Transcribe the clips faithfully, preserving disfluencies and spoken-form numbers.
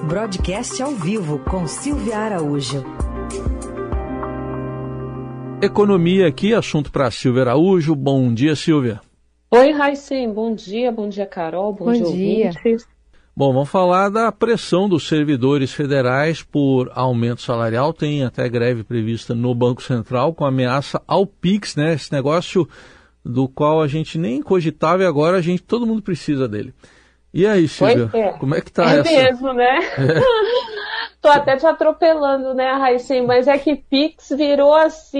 Broadcast ao vivo com Silvia Araújo. Economia aqui, assunto para Silvia Araújo. Bom dia, Silvia. Oi, Raicem. Bom dia, bom dia, Carol. Bom, bom dia, dia, ouvintes. Bom, vamos falar da pressão dos servidores federais por aumento salarial. Tem até greve prevista no Banco Central com ameaça ao Pix, né? Esse negócio do qual a gente nem cogitava e agora a gente, todo mundo precisa dele. E aí, Silvia, é. como é que tá é essa? É mesmo, né? É. Tô até te atropelando, né, Raicem? Mas é que Pix virou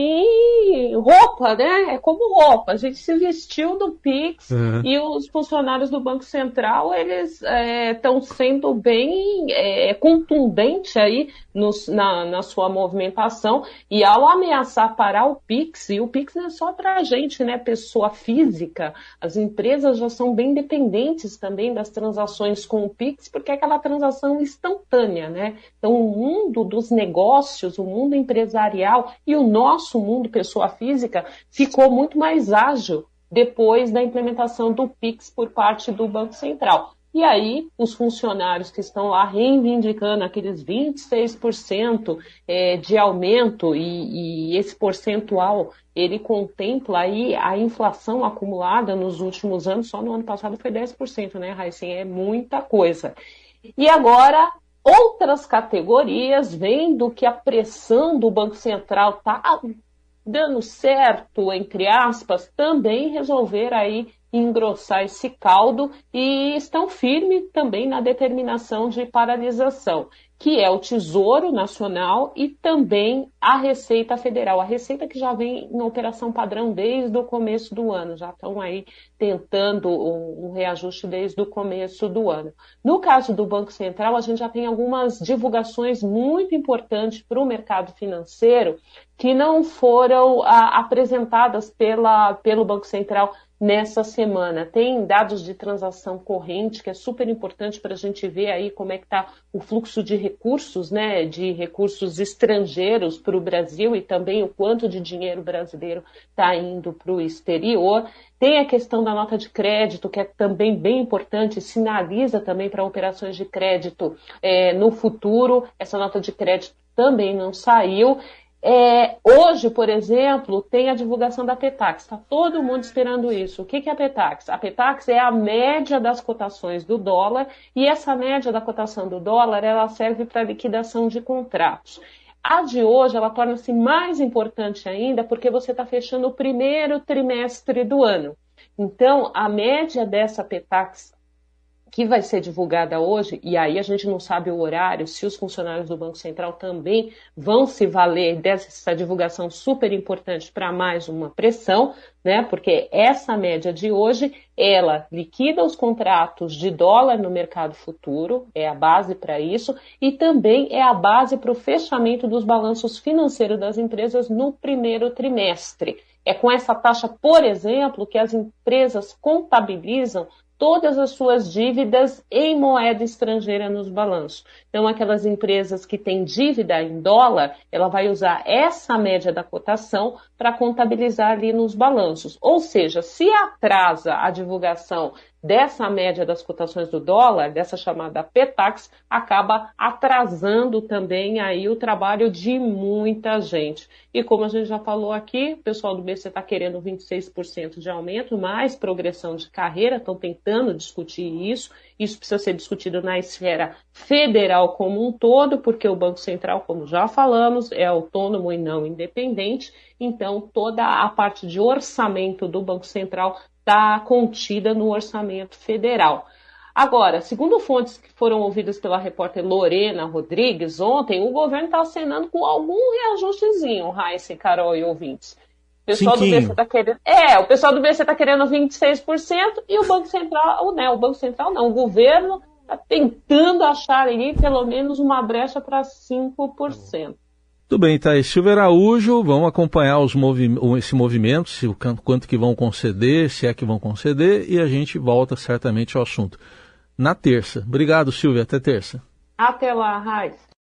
assim, roupa, né? É como roupa. A gente se vestiu do Pix uhum. E os funcionários do Banco Central, eles estão é, sendo bem é, contundentes aí nos, na, na sua movimentação. E ao ameaçar parar o Pix, e o Pix não é só para a gente, né, pessoa física, as empresas já são bem dependentes também das transações com o Pix, porque é aquela transação instantânea, né? Então, o mundo dos negócios, o mundo empresarial e o nosso mundo, pessoa física, ficou muito mais ágil depois da implementação do Pix por parte do Banco Central. E aí, os funcionários que estão lá reivindicando aqueles vinte e seis por cento é, de aumento e, e esse percentual, ele contempla aí a inflação acumulada nos últimos anos, só no ano passado foi dez por cento, né, Raicem? É muita coisa. E agora, outras categorias, vendo que a pressão do Banco Central está dando certo, entre aspas, também resolver aí engrossar esse caldo e estão firmes também na determinação de paralisação, que é o Tesouro Nacional e também a Receita Federal. A Receita que já vem em operação padrão desde o começo do ano, já estão aí tentando um, um reajuste desde o começo do ano. No caso do Banco Central, a gente já tem algumas divulgações muito importantes para o mercado financeiro que não foram a, apresentadas pela, pelo Banco Central nessa semana. Tem dados de transação corrente, que é super importante para a gente ver aí como é que está o fluxo de recursos, né, de recursos estrangeiros para o Brasil e também o quanto de dinheiro brasileiro está indo para o exterior. Tem a questão da nota de crédito, que é também bem importante, sinaliza também para operações de crédito é, no futuro. Essa nota de crédito também não saiu. É, hoje, por exemplo, tem a divulgação da Petax. Está todo mundo esperando isso. O que, que é a Petax? A Petax é a média das cotações do dólar e essa média da cotação do dólar ela serve para liquidação de contratos. A de hoje ela torna-se mais importante ainda porque você está fechando o primeiro trimestre do ano. Então, a média dessa Petax que vai ser divulgada hoje, e aí a gente não sabe o horário, se os funcionários do Banco Central também vão se valer dessa divulgação super importante para mais uma pressão, né? Porque essa média de hoje, ela liquida os contratos de dólar no mercado futuro, é a base para isso, e também é a base para o fechamento dos balanços financeiros das empresas no primeiro trimestre. É com essa taxa, por exemplo, que as empresas contabilizam todas as suas dívidas em moeda estrangeira nos balanços. Então, aquelas empresas que têm dívida em dólar, ela vai usar essa média da cotação para contabilizar ali nos balanços. Ou seja, se atrasa a divulgação dessa média das cotações do dólar, dessa chamada Petax, acaba atrasando também aí o trabalho de muita gente. E como a gente já falou aqui, o pessoal do B C está querendo vinte e seis por cento de aumento, mais progressão de carreira, estão tentando discutir isso. Isso precisa ser discutido na esfera federal como um todo, porque o Banco Central, como já falamos, é autônomo e não independente. Então, toda a parte de orçamento do Banco Central está contida no orçamento federal. Agora, segundo fontes que foram ouvidas pela repórter Lorena Rodrigues ontem, o governo está acenando com algum reajustezinho, Raíssa, Carol e ouvintes. O pessoal do B C está querendo, é, o pessoal do B C está querendo vinte e seis por cento e o Banco Central, né, o Banco Central não, o governo está tentando achar ali pelo menos uma brecha para cinco por cento. Tudo bem, Thaís. Silvia Araújo, vamos acompanhar os movi- esse movimento, se o quanto que vão conceder, se é que vão conceder, e a gente volta certamente ao assunto na terça. Obrigado, Silvia. Até terça. Até lá, Raiz.